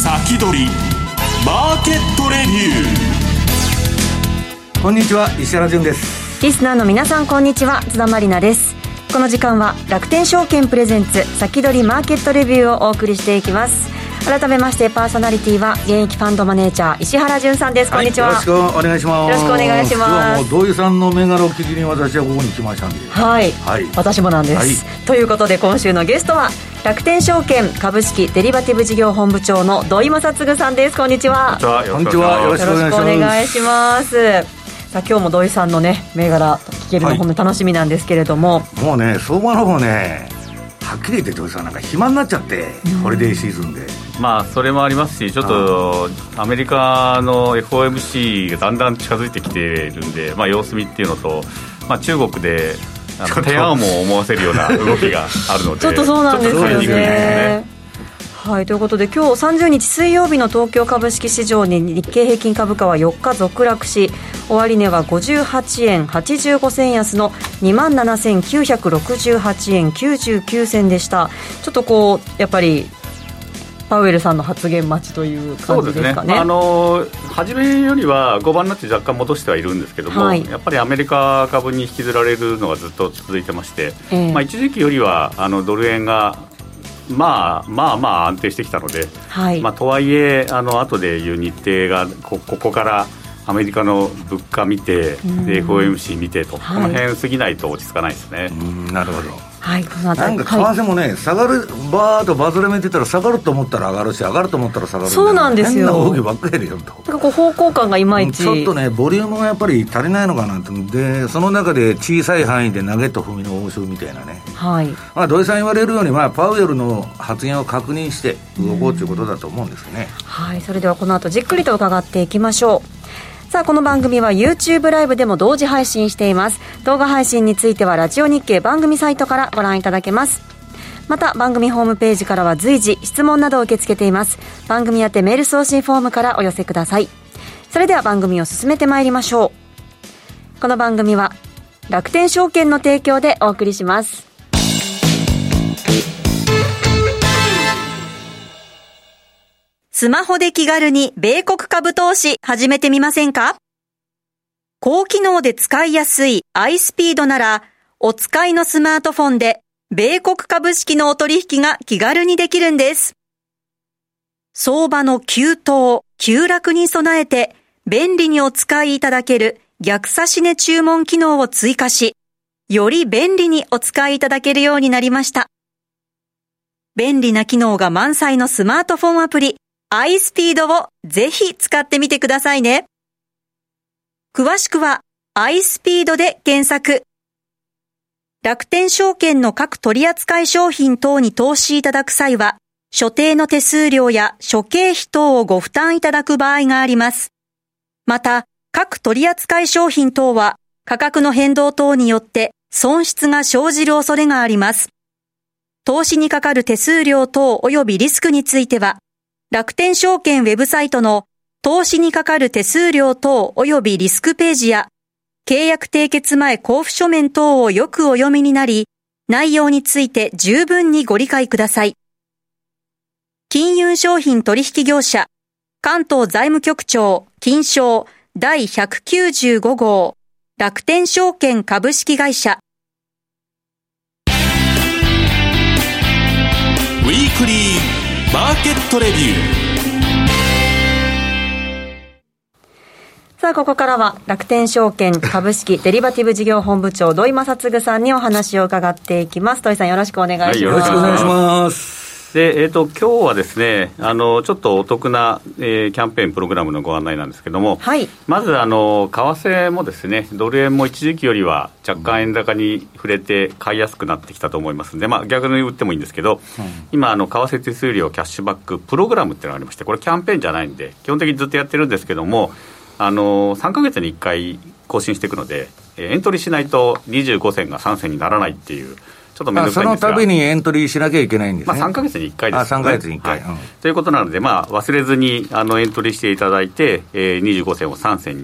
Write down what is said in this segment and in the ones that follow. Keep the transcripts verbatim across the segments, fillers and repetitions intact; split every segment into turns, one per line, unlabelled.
先取りマーケットレビュー。
こんにちは、石原潤です。
リスナーの皆さん、こんにちは、津田まりなです。この時間は楽天証券プレゼンツ先取りマーケットレビューをお送りしていきます。改めましてパーソナリティは現役ファンドマネージャー石原潤さんです。こんにちは、
はい、よろしくお願いします。
よろしくお願いします。
今日はもう土井さんの銘柄を聞きに私はここに来ましたんで、
はい、はい、私もなんです、はい、ということで今週のゲストは楽天証券株式デリバティブ事業本部長の土井正嗣さんです。こんにちは。
こんにちは、よろしくお願いします。
よろしくお願いします。さあ今日も土井さんのね銘柄聞けるの本当に楽しみなんですけれども、
はい、もうね相場の方ねはっきり言って土井さんなんか暇になっちゃって、うん、ホリデーシーズンで
まあそれもありますし、ちょっとアメリカの エフオーエムシー がだんだん近づいてきているんで、まあ、様子見っていうのと、まあ、中国で提案も思わせるような動きがあるので
ちょっとそうなんですよね。はい、ということで今日さんじゅうにち水曜日の東京株式市場に日経平均株価はよっか続落し、終値はごじゅうはちえんはちじゅうごせん安の にまんななせんきゅうひゃくろくじゅうはちえんきゅうじゅうきゅうせんでした。ちょっとこうやっぱりパウエルさんの発言待ちという感じですかね。そうですね、
あの初めよりはごばんになって若干戻してはいるんですけども、はい、やっぱりアメリカ株に引きずられるのがずっと続いてまして、えーまあ、一時期よりはあのドル円がまあまあまあ安定してきたので、はいまあ、とはいえあの後でいう日程が こ, ここからアメリカの物価見て、エフオーエムシー 見てと、はい、この辺過ぎないと落ち着かないですね。
うんなるほど、
はい、この
なんか為替もね、はい、下がるバーッとバズレメって言ったら下がると思ったら上がるし上がると思ったら下がる。
そうなんですよ。
変な動きばっかりでよと。
なんかこう方向感がいまいち
ちょっとねボリュームがやっぱり足りないのかなと。でその中で小さい範囲で投げと踏みの応酬みたいなね、はいまあ、土井さん言われるように、まあ、パウエルの発言を確認して動こうということだと思うんですね。
はい、それではこの後じっくりと伺っていきましょう。さあこの番組は YouTube ライブでも同時配信しています。動画配信についてはラジオ日経番組サイトからご覧いただけます。また番組ホームページからは随時質問などを受け付けています。番組宛てメール送信フォームからお寄せください。それでは番組を進めてまいりましょう。この番組は楽天証券の提供でお送りします。スマホで気軽に米国株投資始めてみませんか？高機能で使いやすい iSpeed なら、お使いのスマートフォンで米国株式のお取引が気軽にできるんです。相場の急騰、急落に備えて便利にお使いいただける逆差し値注文機能を追加し、より便利にお使いいただけるようになりました。便利な機能が満載のスマートフォンアプリiSpeed をぜひ使ってみてくださいね。詳しくは iSpeed で検索。楽天証券の各取扱商品等に投資いただく際は、所定の手数料や諸経費等をご負担いただく場合があります。また、各取扱商品等は価格の変動等によって損失が生じる恐れがあります。投資にかかる手数料等及びリスクについては、楽天証券ウェブサイトの投資にかかる手数料等及びリスクページや契約締結前交付書面等をよくお読みになり、内容について十分にご理解ください。金融商品取引業者関東財務局長金商だいひゃくきゅうじゅうご号楽天証券株式会社。
ウィークリーマーケットレビュー。
さあここからは楽天証券株式デリバティブ事業本部長土井正嗣さんにお話を伺っていきます。土井さんよろしくお願いします。はい、
よろしくお願いします。
で、えー、と今日はですねあのちょっとお得な、えー、キャンペーンプログラムのご案内なんですけども、はい、まずあの為替もですねドル円も一時期よりは若干円高に触れて買いやすくなってきたと思いますので、まあ、逆に売ってもいいんですけど、うん、今あの為替手数料キャッシュバックプログラムっていうのがありまして、これキャンペーンじゃないんで基本的にずっとやってるんですけども、あのさんかげつにいっかい更新していくので、えー、エントリーしないとにじゅうご銭がさん銭にならないっていうちょっとめんどくさいんですが、
その度にエントリーしなきゃいけないんですね。
まあ、さんかげつにいっかいです、ね、
あさんかげつにいっかい、
はい、うん、ということなので、まあ、忘れずにあのエントリーしていただいて、えー、にじゅうご銭をさん銭に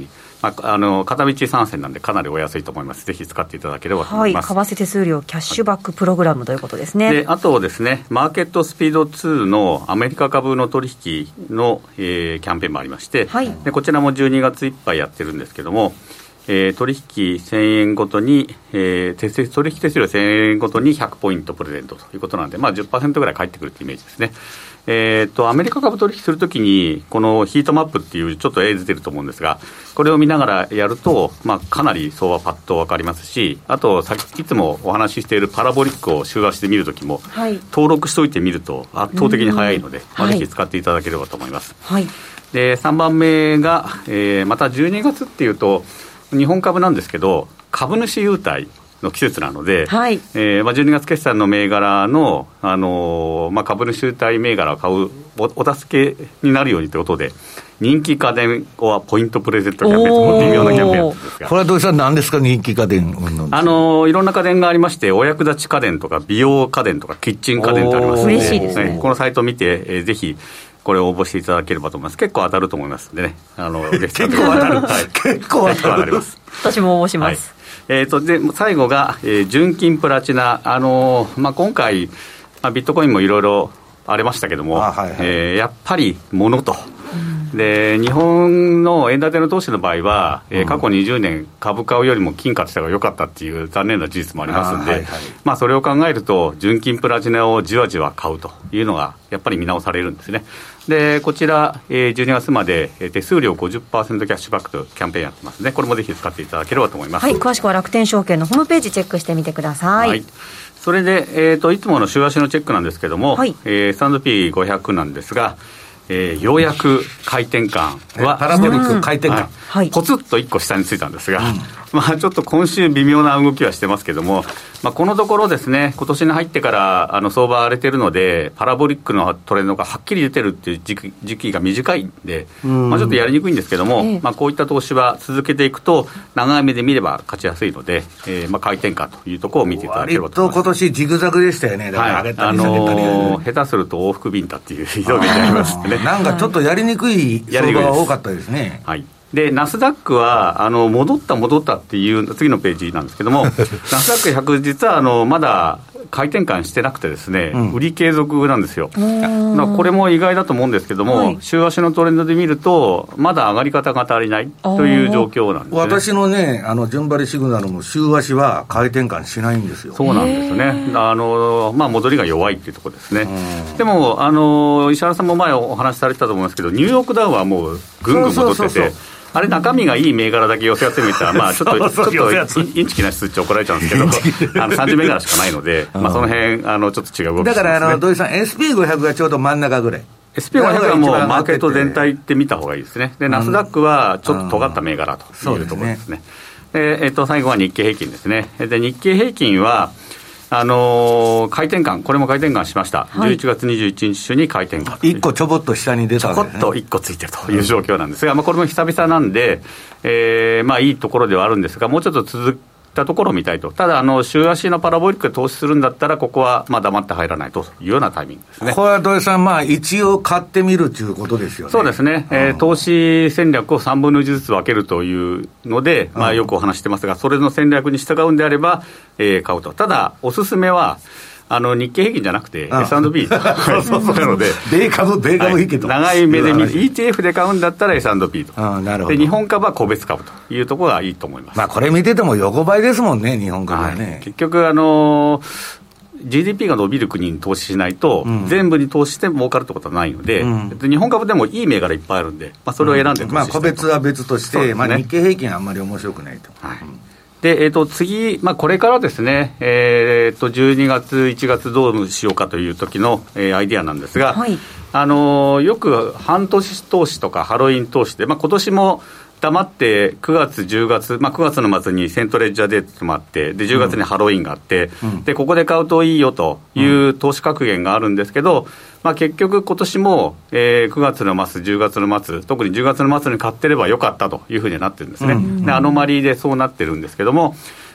まあ、あの片道さんせんなんでかなりお安いと思います。ぜひ使っていただければと思います。
はい、為替手数料キャッシュバックプログラムということですね。
であとですね、マーケットスピードツーのアメリカ株の取引の、えー、キャンペーンもありまして、はい、でこちらもじゅうにがついっぱいやってるんですけども、えー、取引せんえんごとに、えー、手取引手数料せんえんごとにひゃくポイントプレゼントということなんで、まあ、じゅっパーセント ぐらい返ってくるというイメージですね。えー、とアメリカ株取引するときにこのヒートマップっていうちょっと絵出てると思うんですが、これを見ながらやると、まあ、かなり相場パッと分かりますし、あとさいつもお話ししているパラボリックを週足で見るときも、はい、登録しておいてみると圧倒的に早いので、まあ、ぜひ使っていただければと思います、はい、でさんばんめが、えー、またじゅうにがつっていうと日本株なんですけど、株主優待の季節なので、はいえーまあ、じゅうにがつ決算の銘柄の、あのーまあ、株主優待銘柄を買う お, お助けになるようにということで、人気家電はポイントプレゼントキャンペーンと微妙なキャンペーンなんですが、
これは土井さん何ですか、人気家電。
あのー、いろんな家電がありまして、お役立ち家電とか美容家電とかキッチン家電ってありますので、
嬉しいですね。
このサイトを見て、えー、ぜひこれを応募していただければと思います。結構当たると思いますんでね、あの
結構当たる、はい、結構当たります。
私も応募します、
はい。えー、とで最後が、えー、純金プラチナ、あのーまあ、今回、まあ、ビットコインもいろいろありましたけども、はいはいえー、やっぱり物と、うん、で日本の円建ての投資の場合は、えー、過去にじゅうねん株買うよりも金買ってた方が良かったっていう残念な事実もありますので、はいはいまあ、それを考えると純金プラチナをじわじわ買うというのがやっぱり見直されるんですね。でこちら、えー、じゅうにがつまで手数料 ごじゅっパーセント キャッシュバックというキャンペーンやってますね。これもぜひ使っていただければと思います。
はい、詳しくは楽天証券のホームページチェックしてみてください。はい、
それで、えー、といつもの週足のチェックなんですけども、はいえー、スタンド ピーごひゃく なんですが、えー、ようやく回転感は
パラボリック回転感、
はい、ポツッといっこ下についたんですが、うんまあ、ちょっと今週微妙な動きはしてますけども、まあ、このところですね、今年に入ってからあの相場荒れてるのでパラボリックのトレンドがはっきり出てるっていう時期、時期が短いんで、うんまあ、ちょっとやりにくいんですけども、ええまあ、こういった投資は続けていくと長い目で見れば勝ちやすいので、えーまあ、回転感というところを見ていただければと思います。
割と今年ジグザグでしたよね。だから上げたり下げたり、はいあの
ー、下手すると往復ビンタっていうひどい目になりますね。
なんかちょっとやりにくい相場が多かったですね。
はいでナスダックはあの戻った戻ったっていう次のページなんですけどもナスダックひゃく実はあのまだ回転換してなくてですね、うん、売り継続なんですよ。だからこれも意外だと思うんですけども、はい、週足のトレンドで見るとまだ上がり方が足りないという状況なんですね。
私のねあの順張りシグナルも週足は回転換しないんですよ。
そうなんですね。あの、まあ、戻りが弱いっていうところですね。でもあの石原さんも前お話しされてたと思いますけど、ニューヨークダウはもうぐんぐん戻ってて、そうそうそうそうあれ中身がいい銘柄だけ寄せ集めたら、まあ、ちょっとちょっとインチキな数値怒られちゃうんですけどあのさんじゅう銘柄しかないので、まあ、その辺あのちょっと違う動きですね。
だからあの土井さん エスピーごひゃく がちょうど真ん中ぐらい
エスピーごひゃく はもうマーケット全体って見た方がいいですね。でナスダックはちょっと尖った銘柄というところですね。で、えっと、最後は日経平均ですね。で日経平均はあのー、回転換、これも回転換しました、はい、じゅういちがつにじゅういちにち週に回転換
いっこちょぼっと下に出たわけですね。
ちょこっといっこついてるという状況なんですが、まあ、これも久々なんで、えーまあ、いいところではあるんですが、もうちょっと続ったところを見たいと。ただあの週足のパラボリックで投資するんだったらここはまあ黙って入らないというようなタイミングですね。
これは土井さん、まあ、一応買ってみるということですよね。
そうですね、うんえー、投資戦略をさんぶんのいちずつ分けるというので、まあ、よくお話してますが、それの戦略に従うんであれば、えー、買うと。ただおすすめはあの日経平均じゃなくて エスアンドビー そうそうそうなので
米株米株いいけど、
はい、長い目で見る イーティーエフ で買うんだったら エスアンドピー とあなるほど。で日本株は個別株というところがいいと思います。
まあ、これ見てても横ばいですもんね、日本株はね、はい、
結局あのージーディーピー が伸びる国に投資しないと、うん、全部に投資して儲かるってことはないので、うん、日本株でもいい銘柄いっぱいあるんで、まあ、それを選んで投資して、うんまあ、
個別は別として、ねまあ、日経平均はあんまり面白くないと、はい
でえー、と次、まあ、これからですね、えー、とじゅうにがついちがつどうしようかという時の、えー、アイデアなんですが、はいあのー、よく半年投資とかハロウィン投資で、まあ、今年も黙ってくがつじゅうがつ、まあ、くがつの末にセントレッジャーデートもあってでじゅうがつにハロウィンがあって、うん、でここで買うといいよという投資格言があるんですけど、まあ、結局今年も、えー、くがつの末じゅうがつの末特にじゅうがつの末に買ってればよかったというふうになってるんですね、うんうん、でアノマリーでそうなってるんですけども、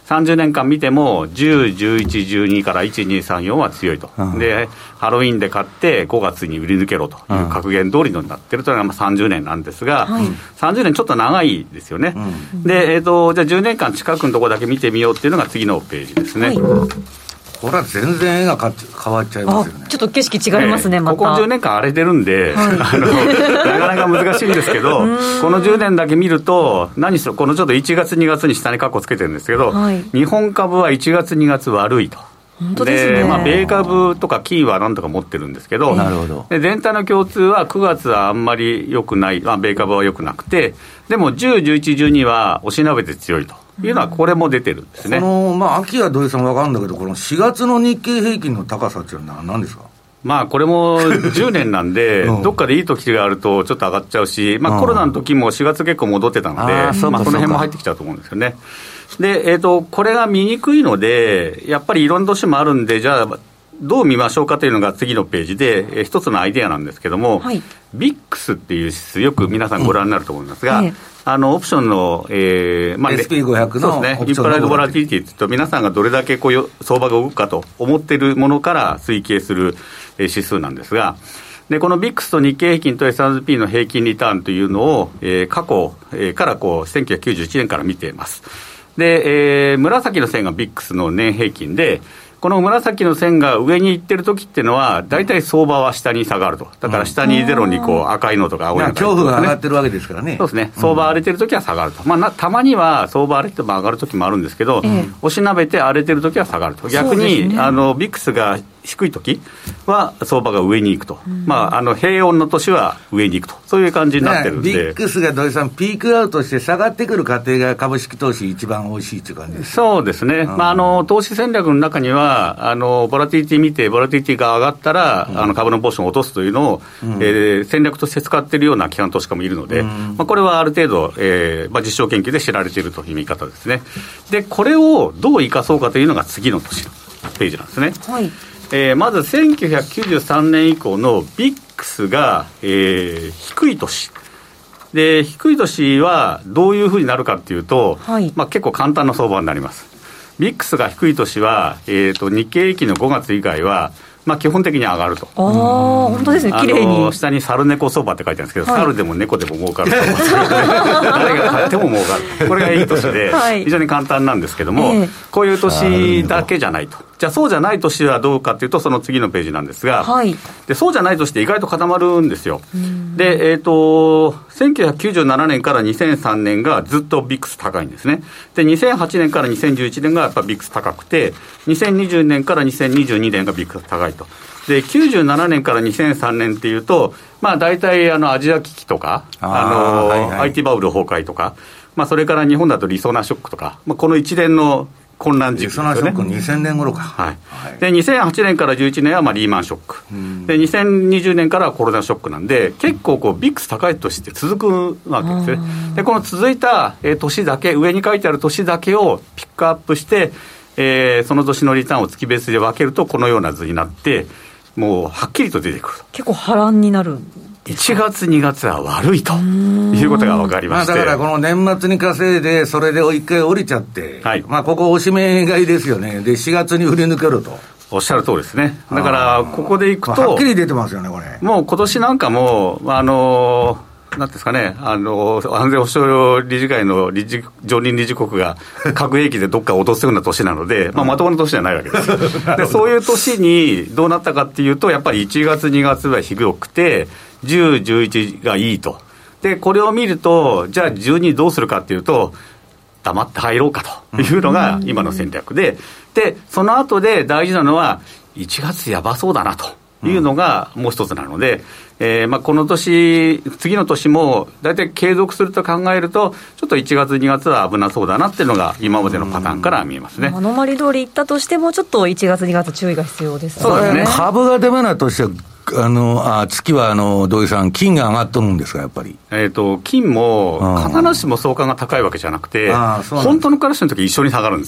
さんじゅうねんかん見てもじゅう、じゅういち、じゅうにからいち、に、さん、よんは強いと、うん、でハロウィンで買ってごがつに売り抜けろという格言通りになっているというのがまあさんじゅうねんなんですが、はい、さんじゅうねんちょっと長いですよね、うん、で、えーと、じゃあじゅうねんかん近くのところだけ見てみようっていうのが次のページですね、はい、
これは全然絵が変わっちゃいますよね。
ちょっと景色違いますね、えー、また
ここじゅうねんかん荒れてるんで、はい、あのなかなか難しいんですけどこのじゅうねんだけ見ると何しろこのちょっといちがつにがつに下にカッコつけてるんですけど、はい、日本株はいちがつにがつ悪いと。
本当ですね。
で、まあ、米株とか金はなんとか持ってるんですけど、
なるほど。
で全体の共通はくがつはあんまり良くない、まあ、米株は良くなくて、でもじゅう、じゅういち、じゅうには押しなべて強いというのはこれも出てるんですね。
この、まあ、秋は土井さん分かるんだけど、このしがつの日経平均の高さっていうのは何ですか？
まあ、これもじゅうねんなんで、うん、どっかでいい時があるとちょっと上がっちゃうし、まあ、コロナの時もしがつ結構戻ってたので、あ、まあ、この辺も入ってきちゃうと思うんですよね。で、えーと、これが見にくいので、やっぱりいろんな年もあるんで、じゃあどう見ましょうかというのが次のページで、えー、一つのアイデアなんですけども、はい、ビックス っていう指数、よく皆さんご覧になると思いますが、うん、ええ、あのオプションの、えーまあ、
エスピーごひゃく の
そうですね、インプライドボラティリティというと、皆さんがどれだけこう相場が動くかと思っているものから推計する、えー、指数なんですが、でこの ビックス と日経平均と エスアンドピー の平均リターンというのを、えー、過去、えー、からこうせんきゅうひゃくきゅうじゅういちねんから見ています。で、えー、紫の線が ビックス の年平均で、この紫の線が上に行ってる時っていうのは大体相場は下に下がると。だから下にゼロにこう赤いのとか青いのとか、
恐怖が上がってるわけですからね。
そうですね。相場荒れてる時は下がると、まあ、なたまには相場荒れても上がる時もあるんですけど、うん、押しなべて荒れてる時は下がると。逆に、ね、あの ビックス が低い時は相場が上に行くと、うん、まあ、あの平穏の年は上に行くと、そういう感じになってるんで、
ビックス が土井さんピークアウトして下がってくる過程が株式投資一番おいしいという感じです。
そうですね、うん、まあ、あの投資戦略の中にはあのボラティリティ見てボラティリティが上がったら、うん、あの株のポーションを落とすというのを、うん、えー、戦略として使っているような機関投資家もいるので、うん、まあ、これはある程度、えーまあ、実証研究で知られているという見方ですね。でこれをどう生かそうかというのが次の年のページなんですね。はい、えー、まずせんきゅうひゃくきゅうじゅうさんねん以降の ビックス が、えー、低い年で、低い年はどういうふうになるかっていうと、はい、まあ、結構簡単な相場になります。ビックス が低い年は、えー、と日経平均のごがつ以外は、まあ、基本的に上がると。
ああ、本当ですね、綺麗に。
下に猿猫相場って書いてあるんですけど、はい、猿でも猫でも儲かると思うんですけど、ね、誰が買っても儲かる。これがいい年で、はい、非常に簡単なんですけども、えー、こういう年だけじゃないと。じゃあそうじゃない年はどうかというと、その次のページなんですが、はい、でそうじゃない年って意外と固まるんですよ。で、えーと、せんきゅうひゃくきゅうじゅうななねんからにせんさんねんがずっと ビックス 高いんですね。でにせんはちねんからにせんじゅういちねんがやっぱ ビックス 高くて、にせんにじゅうねんからにせんにじゅうにねんが ビックス 高いと。できゅうじゅうななねんからにせんさんねんっていうと、まあ、大体あのアジア危機とかあの、はいはい、アイティー バブル崩壊とか、まあ、それから日本だとりそなショックとか、まあ、この一連の混乱時期ですよね。
リソナショックにせんねん頃か、
はいはい、でにせんはちねんからじゅういちねんはまあリーマンショック、うん、でにせんにじゅうねんからはコロナショックなんで、結構こうビックス高い年って続くわけですね。でこの続いた年だけ、上に書いてある年だけをピックアップして、えー、その年のリターンを月ベースで分けるとこのような図になって、もうはっきりと出てくる。
結構波乱になる。
いちがつにがつは悪いということが分かりまして、
まあ、だからこの年末に稼いでそれで一回降りちゃって、はい、まあ、ここおしめ買いですよね。でしがつに売り抜けると。
おっしゃる通りですね。だからここでいくと、
はっきり出てますよねこれ。
もう今年なんかもあのなんですかね、あの安全保障理事会の理事常任理事国が核兵器でどっか落とすような年なので、まあ、まともな年じゃないわけですでそういう年にどうなったかっていうと、やっぱりいちがつにがつは低くてじゅう、じゅういちがいいと。でこれを見ると、じゃあじゅうにどうするかっていうと、黙って入ろうかというのが今の戦略で、でその後で大事なのはいちがつやばそうだなというのがもう一つなので、えーまあ、この年次の年も大体継続すると考えると、ちょっといちがつにがつは危なそうだなっていうのが今までのパターンから見えますね。
アノマリ通りいったとしても、ちょっといちがつにがつ注意が必要ですね。
そうですね。株がダメなとしては、あのあ月はあの土井さん、金が上がっとるんですか、やっぱり。
えーと、金も必ずしも相関が高いわけじゃなくて、本当のクラッシュの時一緒に下がるんですよ。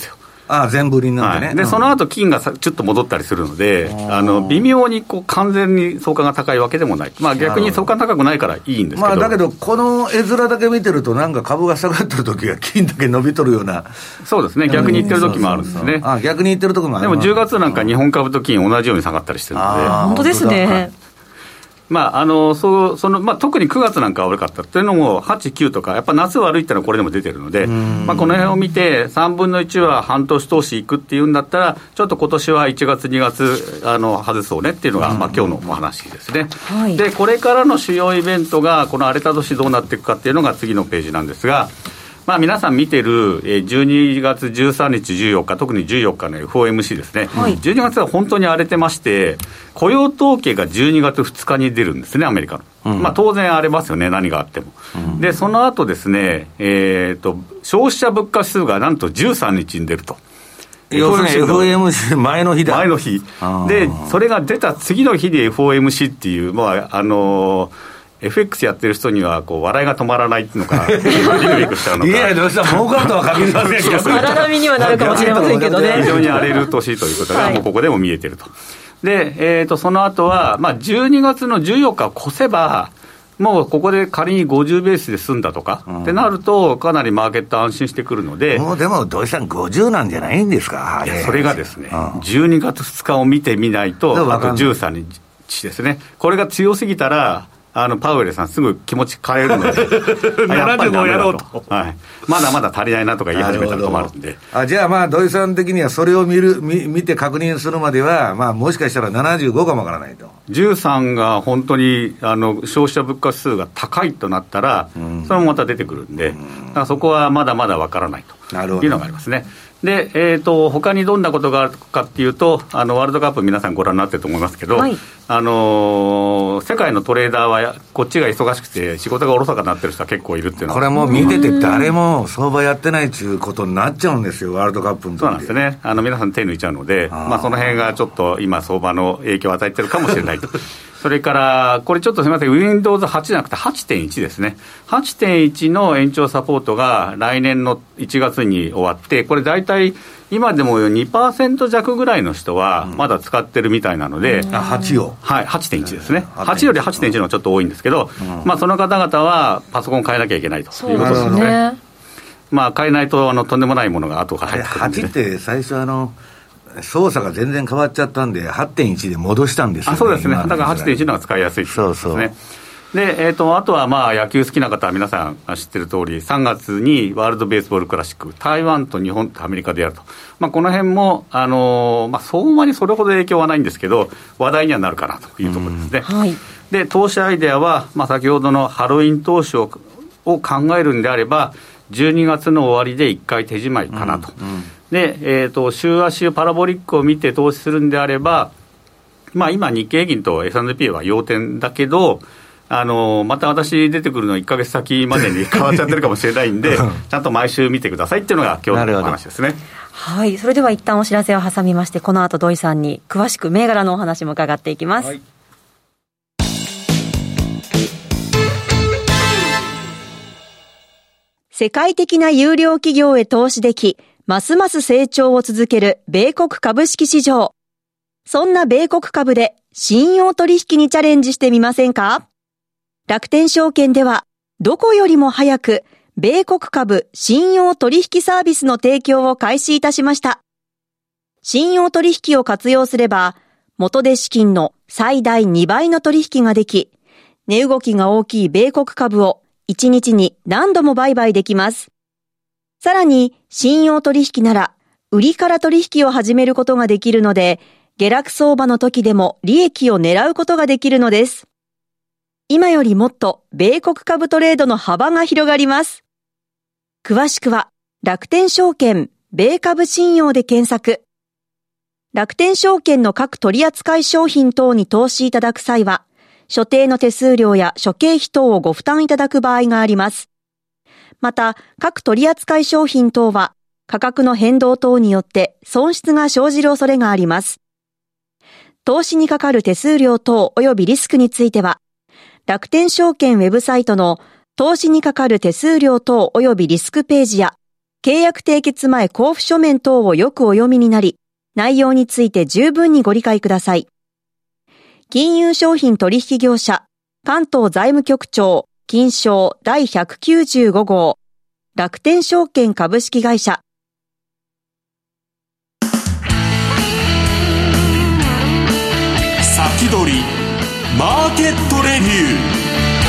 ああ、全部売りになってね。
はい、で、うん、その後金がちょっと戻ったりするので、あの微妙にこう完全に相関が高いわけでもない。まあ逆に相関高くないからいいんですけど。
まあだけど、この絵面だけ見てると、なんか株が下がってる時は金だけ伸びとるような。
そうですね。逆に言ってる時もあるんですね。
そうそうそう、あ、逆に言ってる時もある。
でもじゅうがつなんか日本株と金同じように下がったりしてるので。
本当ですね。はい、
まあ、あのそうそのまあ、特にくがつなんかは悪かったというのもはち、きゅうとかやっぱ夏悪いっていうのはこれでも出てるので、まあ、この辺を見てさんぶんのいちは半年投資いくっていうんだったらちょっと今年はいちがつにがつあの外そうねっていうのが、まあ、今日のお話ですね、はい、でこれからの主要イベントがこの荒れた年どうなっていくかっていうのが次のページなんですが、まあ、皆さん見てるじゅうにがつじゅうさんにちじゅうよっか、特にじゅうよっかの エフオーエムシー ですね、はい、じゅうにがつは本当に荒れてまして、雇用統計がじゅうにがつふつかに出るんですね、アメリカの、うん、まあ、当然荒れますよね、何があっても、うん、でその後ですね、えーと、消費者物価指数がなんとじゅうさんにちに出ると。
要するに エフオーエムシー 前の日だ。
前の日で、それが出た次の日で エフオーエムシー っていう、まああのーエフエックス やってる人にはこう笑いが止まらないっていうのか、ビクビクしちゃうのか。
いや、どうしたら儲かるとは限りませんけど、
荒波にはなるかもしれませんけどね。
非常に荒れる年ということが、もうここでも見えてると。で、えーと、その後は、まあ、じゅうにがつのじゅうよっかを越せば、もうここで仮にごじゅうベースで済んだとか、うん、ってなると、かなりマーケット安心してくるので、
もうでも、土井さん、ごじゅうなんじゃないんですか。
いや、それがですね、うん、じゅうにがつふつかを見てみないと、あとじゅうさんにちですね、これが強すぎたら、あのパウエルさんすぐ気持ち変えるので
ななじゅうごやろうと、
はい、まだまだ足りないなとか言い始めたら困るんで、
あ、じゃあまあ土井さん的にはそれを見る 見, 見て確認するまでは、まあ、もしかしたらななじゅうごかもわからないと。
じゅうさんが本当にあの消費者物価指数が高いとなったら、うん、それもまた出てくるんで、うん、だからそこはまだまだわからないというのがありますね。で、えーと、他にどんなことがあるかっていうと、あのワールドカップ皆さんご覧になってると思いますけど、はい、あのー、世界のトレーダーはこっちが忙しくて仕事がおろそかになってる人は結構いるっていうのは、
これもう見てて誰も相場やってないっていうことになっちゃうんですよ、ワールドカップの時。
そうなんですね。あの皆さん手抜いちゃうので、あ、まあ、その辺がちょっと今相場の影響を与えてるかもしれないとそれからこれちょっとすみません、 ウィンドウズはち じゃなくて はちてんいち ですね。 はちてんいち の延長サポートが来年のいちがつに終わって、これ大体今でも にパーセント 弱ぐらいの人はまだ使ってるみたいなので、
うん、あ、はちを、
はい、はちてんいち ですね。はちより はちてんいち の方がちょっと多いんですけど、うん、まあ、その方々はパソコン変えなきゃいけないということですね。まあ、変えないとあのとんでもないものが後から入ってくるんで、ね、
はちって最初あの操作が全然変わっちゃったんで はってんいち で戻したんですよね。
あ、そうですね。だから はちてんいち のが使いやすいってことですね。そうそう。で、えーと、あとはまあ野球好きな方は皆さん知ってる通り、さんがつにワールドベースボールクラシック、台湾と日本とアメリカでやると、まあ、この辺も、あのーまあ、相場にそれほど影響はないんですけど、話題にはなるかなというところですね。はい、で、投資アイデアは、まあ、先ほどのハロウィン投資をを考えるんであれば、じゅうにがつの終わりでいっかい手締まいかなと。うんうん、で、えーと、週足パラボリックを見て投資するんであれば、まあ、今日経平均と エスアンドピー は要点だけど、あのまた私出てくるのいっかげつ先までに変わっちゃってるかもしれないんでちゃんと毎週見てくださいっていうのが今日のお話ですね。
はい、それでは一旦お知らせを挟みまして、この後土井さんに詳しく銘柄のお話も伺っていきます。はい、世界的な優良企業へ投資でき、ますます成長を続ける米国株式市場。そんな米国株で信用取引にチャレンジしてみませんか？楽天証券では、どこよりも早く、米国株信用取引サービスの提供を開始いたしました。信用取引を活用すれば、元手資金の最大にばいの取引ができ、値動きが大きい米国株をいちにちに何度も売買できます。さらに、信用取引なら、売りから取引を始めることができるので、下落相場の時でも利益を狙うことができるのです。今よりもっと米国株トレードの幅が広がります。詳しくは楽天証券米株信用で検索。楽天証券の各取扱商品等に投資いただく際は、所定の手数料や諸経費等をご負担いただく場合があります。また、各取扱商品等は価格の変動等によって損失が生じる恐れがあります。投資にかかる手数料等及びリスクについては、楽天証券ウェブサイトの投資にかかる手数料等及びリスクページや契約締結前交付書面等をよくお読みになり、内容について十分にご理解ください。金融商品取引業者、関東財務局長、金商第ひゃくきゅうじゅうご号、楽天証券株式会社。
先取りマーケットレビュー。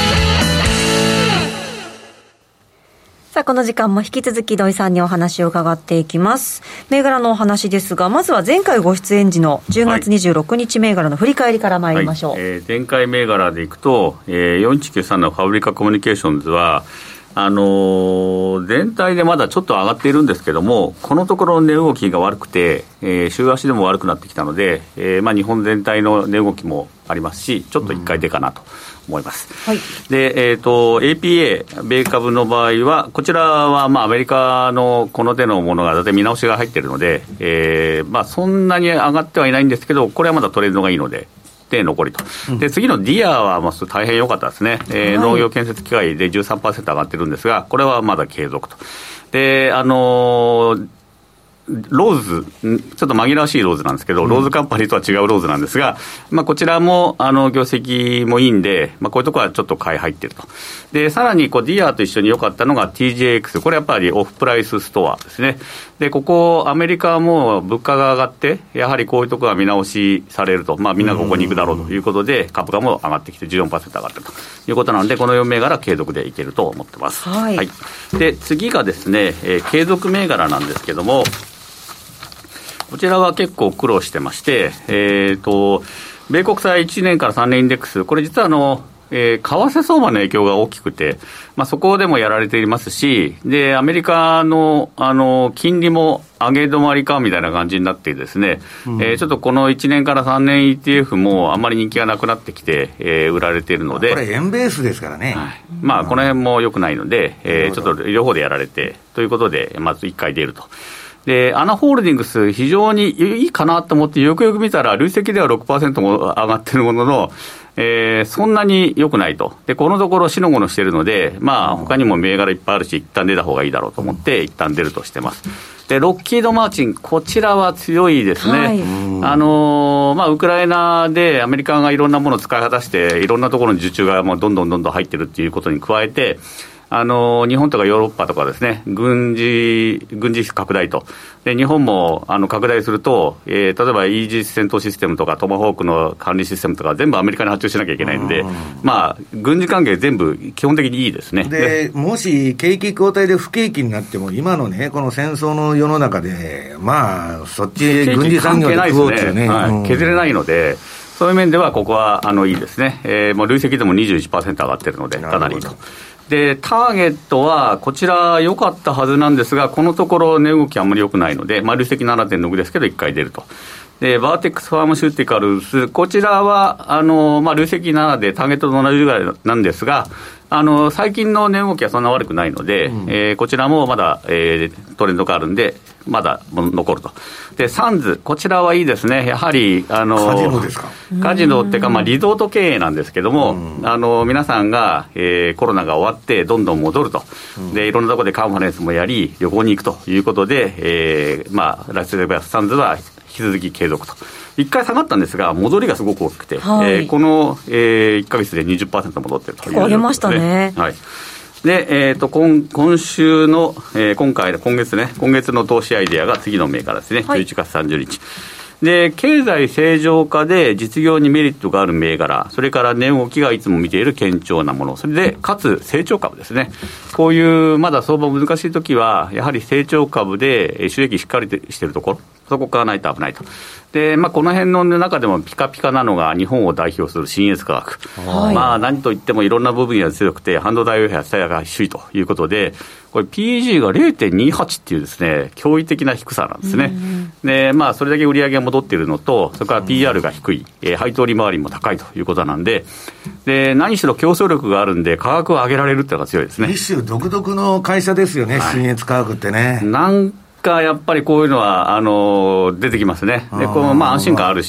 さあ、この時間も引き続き土井さんにお話を伺っていきます。銘柄のお話ですが、まずは前回ご出演時のじゅうがつにじゅうろくにち銘柄の振り返りから参りましょう。はいはい、
えー、前回銘柄でいくと、えー、よんいちきゅうさんのファブリカコミュニケーションズはあのー、全体でまだちょっと上がっているんですけども、このところの値動きが悪くて、えー、週足でも悪くなってきたので、えーまあ、日本全体の値動きもありますし、ちょっといっかい出かなと思います。うん、はい、で、えーと、エーピーエー 米株の場合はこちらはまあアメリカのこの手のものがだいたい見直しが入っているので、えーまあ、そんなに上がってはいないんですけど、これはまだトレンドがいいのでで残りと。で、次のディアはまあ大変良かったですね。えーはい、農業建設機械で じゅうさんパーセント 上がってるんですが、これはまだ継続と。で、あのーローズ、ちょっと紛らわしいローズなんですけど、うん、ローズカンパニーとは違うローズなんですが、まあ、こちらもあの業績もいいんで、まあ、こういうところはちょっと買い入ってると。で、さらにこうディアーと一緒に良かったのが ティージェーエックス、これやっぱりオフプライスストアですね。で、ここアメリカはもう物価が上がって、やはりこういうところが見直しされると、まあ、みんながここに行くだろうということで、株価も上がってきて じゅうよんパーセント 上がってるということなので、このよん銘柄継続でいけると思ってます。はいはい、で、次がですね、えー、継続銘柄なんですけども、こちらは結構苦労してまして、えーと、米国債いちねんからさんねんインデックス、これ実はあの、えー、為替相場の影響が大きくて、まあ、そこでもやられていますし、で、アメリカの、あの、金利も上げ止まりかみたいな感じになってですね、うん、えー、ちょっとこのいちねんからさんねん イーティーエフ もあんまり人気がなくなってきて、えー、売られているので。
これ円ベースですからね。
はい、まあ、この辺も良くないので、えー、ちょっと両方でやられて、ということで、まずいっかい出ると。で、アナホールディングス非常にいいかなと思ってよくよく見たら累積では ろくパーセント も上がってるものの、えー、そんなに良くないと。で、このところしのごのしてるので、まあ他にも銘柄いっぱいあるし、一旦出た方がいいだろうと思って一旦出るとしてます。で、ロッキードマーチン、こちらは強いですね。はい、あのー、まあウクライナでアメリカがいろんなものを使い果たしていろんなところに受注がもうどんどんどんどん入ってるっていうことに加えて、あの日本とかヨーロッパとかですね、軍事軍事拡大と。で、日本もあの拡大すると、えー、例えばイージス戦闘システムとかトマホークの管理システムとか全部アメリカに発注しなきゃいけないんで、まあ軍事関係全部基本的にいいですね。
で、もし景気後退で不景気になっても、今のねこの戦争の世の中で、まあそっち軍事産業で食おうっていうね、
はい、削れないので、そういう面ではここはあのいいですね。えー、もう累積でも にじゅういちパーセント 上がってるのでかなりいいと。で、ターゲットはこちら良かったはずなんですが、このところ値動きあんまり良くないので、まあ、累積 ななてんろく ですけどいっかい出ると。で、バーテックスファームシューティカルス、こちらはあの、まあ、累積ななでターゲットと同じぐらいなんですが、あの最近の値動きはそんな悪くないので、うん、えー、こちらもまだ、えー、トレンドがあるんでまだ残ると。で、サンズ、こちらはいいですね。やはりあの
カジノですか。
カジノっていうか、まあ、リゾート経営なんですけども、あの皆さんが、えー、コロナが終わってどんどん戻ると、うん、でいろんなところでカンファレンスもやり旅行に行くということで、えーまあ、ラスベガスサンズは引き続き継続と。いっかい下がったんですが戻りがすごく大きくて、はい、えー、この、えー、いっかげつで にじゅっパーセント 戻っているということですね。
上げましたね。
はい。で、えー、と 今, 今週の、えー、今回今月ね今月の投資アイデアが次の銘柄ですね、はい、じゅういちがつさんじゅうにちで、経済正常化で実業にメリットがある銘柄、それから値動きがいつも見ている堅調なもの、それでかつ成長株ですね。こういうまだ相場難しいときはやはり成長株で収益しっかりしているところ、そこからないと危ないと。で、まあ、この辺の中でもピカピカなのが日本を代表する信越科学、はい、まあ、何といってもいろんな部分が強くて半導体や蔦屋が首位ということで、これ ピーイージー が れいてんにはち っていうですね驚異的な低さなんですね。で、まあ、それだけ売り上げが戻っているのと、それから ピーアール が低い、えー、配当利回りも高いということなんで、で何しろ競争力があるんで価格を上げられるっていうのが強いですね。
一種独特の会社ですよね、はい、信越科学ってね。
なんかやっぱりこういうのはあの出てきますね。でこう、まあ、安心感あるし、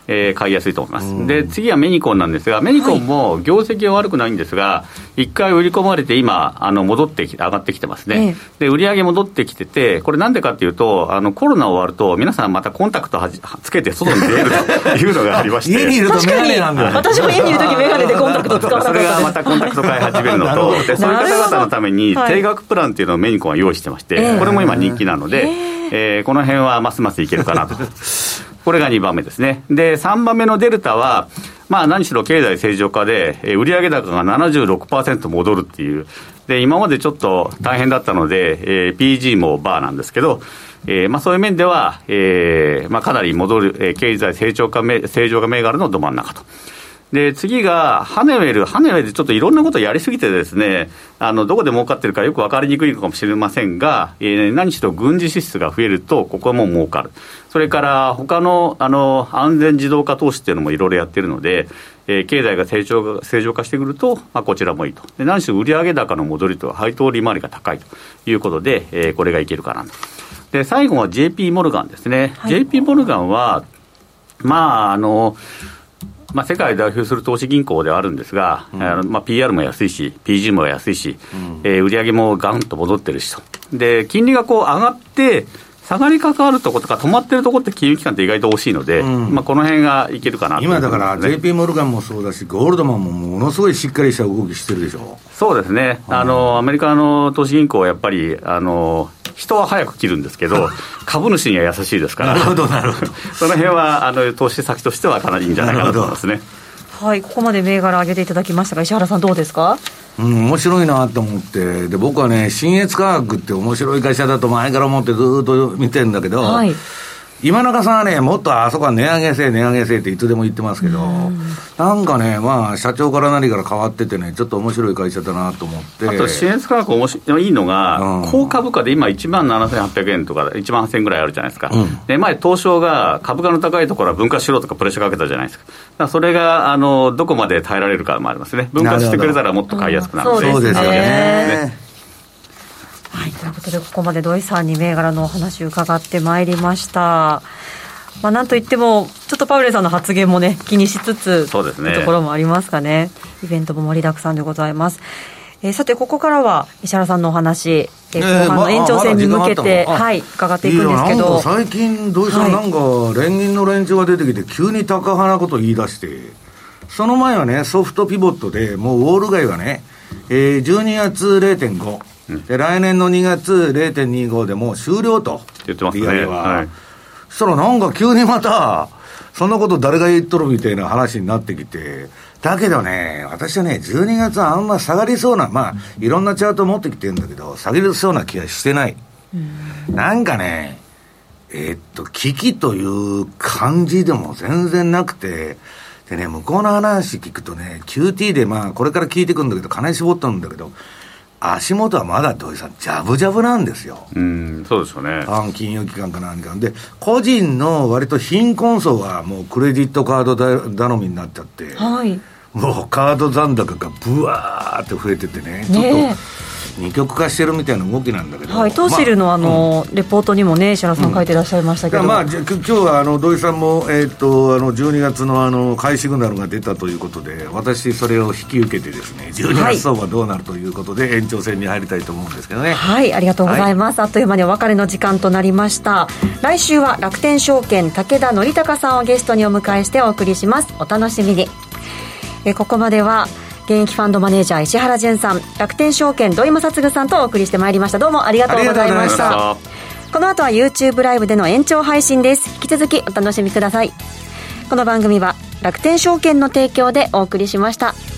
えー、買いやすいと思います。で次はメニコンなんですが、メニコンも業績は悪くないんですが、いっかい売り込まれて今あの戻ってきて上がってきてますね、ええ、で売り上げ戻ってきてて、これなんでかっていうと、あのコロナ終わると皆さんまたコンタクトはじつけて外に出るというのがありまして
家にいるとメガネなんだよ。
私も家にいるときメガネでコンタクト使わなかったです。
それがまたコンタクト買い始めるのとでそういう方々のために定額プランっていうのをメニコンは用意してまして、はい、これも今人気なので、えーえー、この辺はますますいけるかなとこれがにばんめですね。でさんばんめのデルタは、まあ、何しろ経済正常化で、えー、売上高が ななじゅうろくパーセント 戻るっていうで、今までちょっと大変だったので、えー、ピージー もバーなんですけど、えーまあ、そういう面では、えーまあ、かなり戻る、えー、経済成長化正常化銘柄のど真ん中と。で次がハネウェル、ハネウェルちょっといろんなことをやりすぎてですね、あのどこで儲かってるかよく分かりにくいかもしれませんが、えー、何しろ軍事支出が増えるとここはもう儲かる。それから他のあの安全自動化投資っていうのもいろいろやってるので、えー、経済が成長正常化してくると、まあ、こちらもいいと。で何しろ売上高の戻りと配当利回りが高いということで、えー、これがいけるかなと。で最後は ジェーピー モルガンですね、はい、ジェーピー モルガンはまああのまあ、世界を代表する投資銀行ではあるんですが、うんあのまあ、ピーアール も安いし ピージー も安いし、うんえー、売上もガンと戻ってるしと。で金利がこう上がって下がりかかるところとか止まってるところって金融機関って意外と惜しいので、うんまあ、この辺がいけるかなと、ね、
今だから ジェーピー モルガンもそうだしゴールドマンもものすごいしっかりした動きしてるでしょ。
そうですね、うん、あのアメリカの投資銀行はやっぱりあの人は早く切るんですけど株主には優しいですから
なるほどなるほど
その辺はあの投資先としてはかなりいいんじゃないかなと思いますね。
はい、ここまで銘柄上げていただきましたが石原さんどうですか。
うん、面白いなと思って、で僕はね信越科学って面白い会社だと前から思ってずっと見てるんだけど、はい、今中さんはねもっとあそこは値上げせ値上げせっていつでも言ってますけど、なんかねまあ社長から何から変わっててねちょっと面白い会社だなと思って。
あと信越科学面白いいのが、うん、高株価で今いちまんななせんはっぴゃくえんとかいちまんはっせんえんぐらいあるじゃないですか、うん、で前東証が株価の高いところは分割しろとかプレッシャーかけたじゃないですか。だからそれがあのどこまで耐えられるかもありますね。分割してくれたらもっと買いやすくなるので、
そうですよね。
はい、ということでここまで土井さんに銘柄のお話を伺ってまいりました。まあ、なんといってもちょっとパウレルさんの発言もね気にしつつ
そうですね
というところもありますかね。イベントも盛りだくさんでございます。えー、さてここからは石原さんのお話、えー、後半の延長戦に向けて、まあ、はい、伺っていくんですけど、
いや最近土井さん、はい、なんか連銀の連中が出てきて急に高派なことを言い出して、その前はねソフトピボットでもうウォール街がね、えー、じゅうにがつ れいてんご、うん、で来年のにがつ れいてんにご でもう終了と
言ってますね。はい、
そしたらなんか急にまたそんなこと誰が言っとるみたいな話になってきて、だけどね私はねじゅうにがつはあんま下がりそうな、まあいろんなチャート持ってきてるんだけど下がりそうな気がしてない。うんなんかねえー、っと危機という感じでも全然なくて、でね向こうの話聞くとね キューティー でまあこれから聞いてくるんだけど金絞ったんだけど足元はまだ土井さんジャブジャブなんですよ。
うんそうですよね。
金融機関か何かで個人の割と貧困層はもうクレジットカード頼みになっちゃって、はい、もうカード残高がブワーって増えててねちょっと、ね二極化してるみたいな動きなんだけど、
はい、トーシルのあの、うん、レポートにもね石原さん書いてらっしゃいましたけど、
うんまあ、今日はあの土井さんも、えー、っとあのじゅうにがつ の, あの買いシグナルが出たということで私それを引き受けてですねじゅうにがつ相場どうなるということで、はい、延長戦に入りたいと思うんですけどね。
はいありがとうございます、はい、あっという間にお別れの時間となりました。来週は楽天証券武田則孝さんをゲストにお迎えしてお送りします。お楽しみに。えここまでは現役ファンドマネージャー石原淳さん、楽天証券土井正嗣さんとお送りしてまいりました。どうもありがとうございました。この後は YouTube ライブでの延長配信です。引き続きお楽しみください。この番組は楽天証券の提供でお送りしました。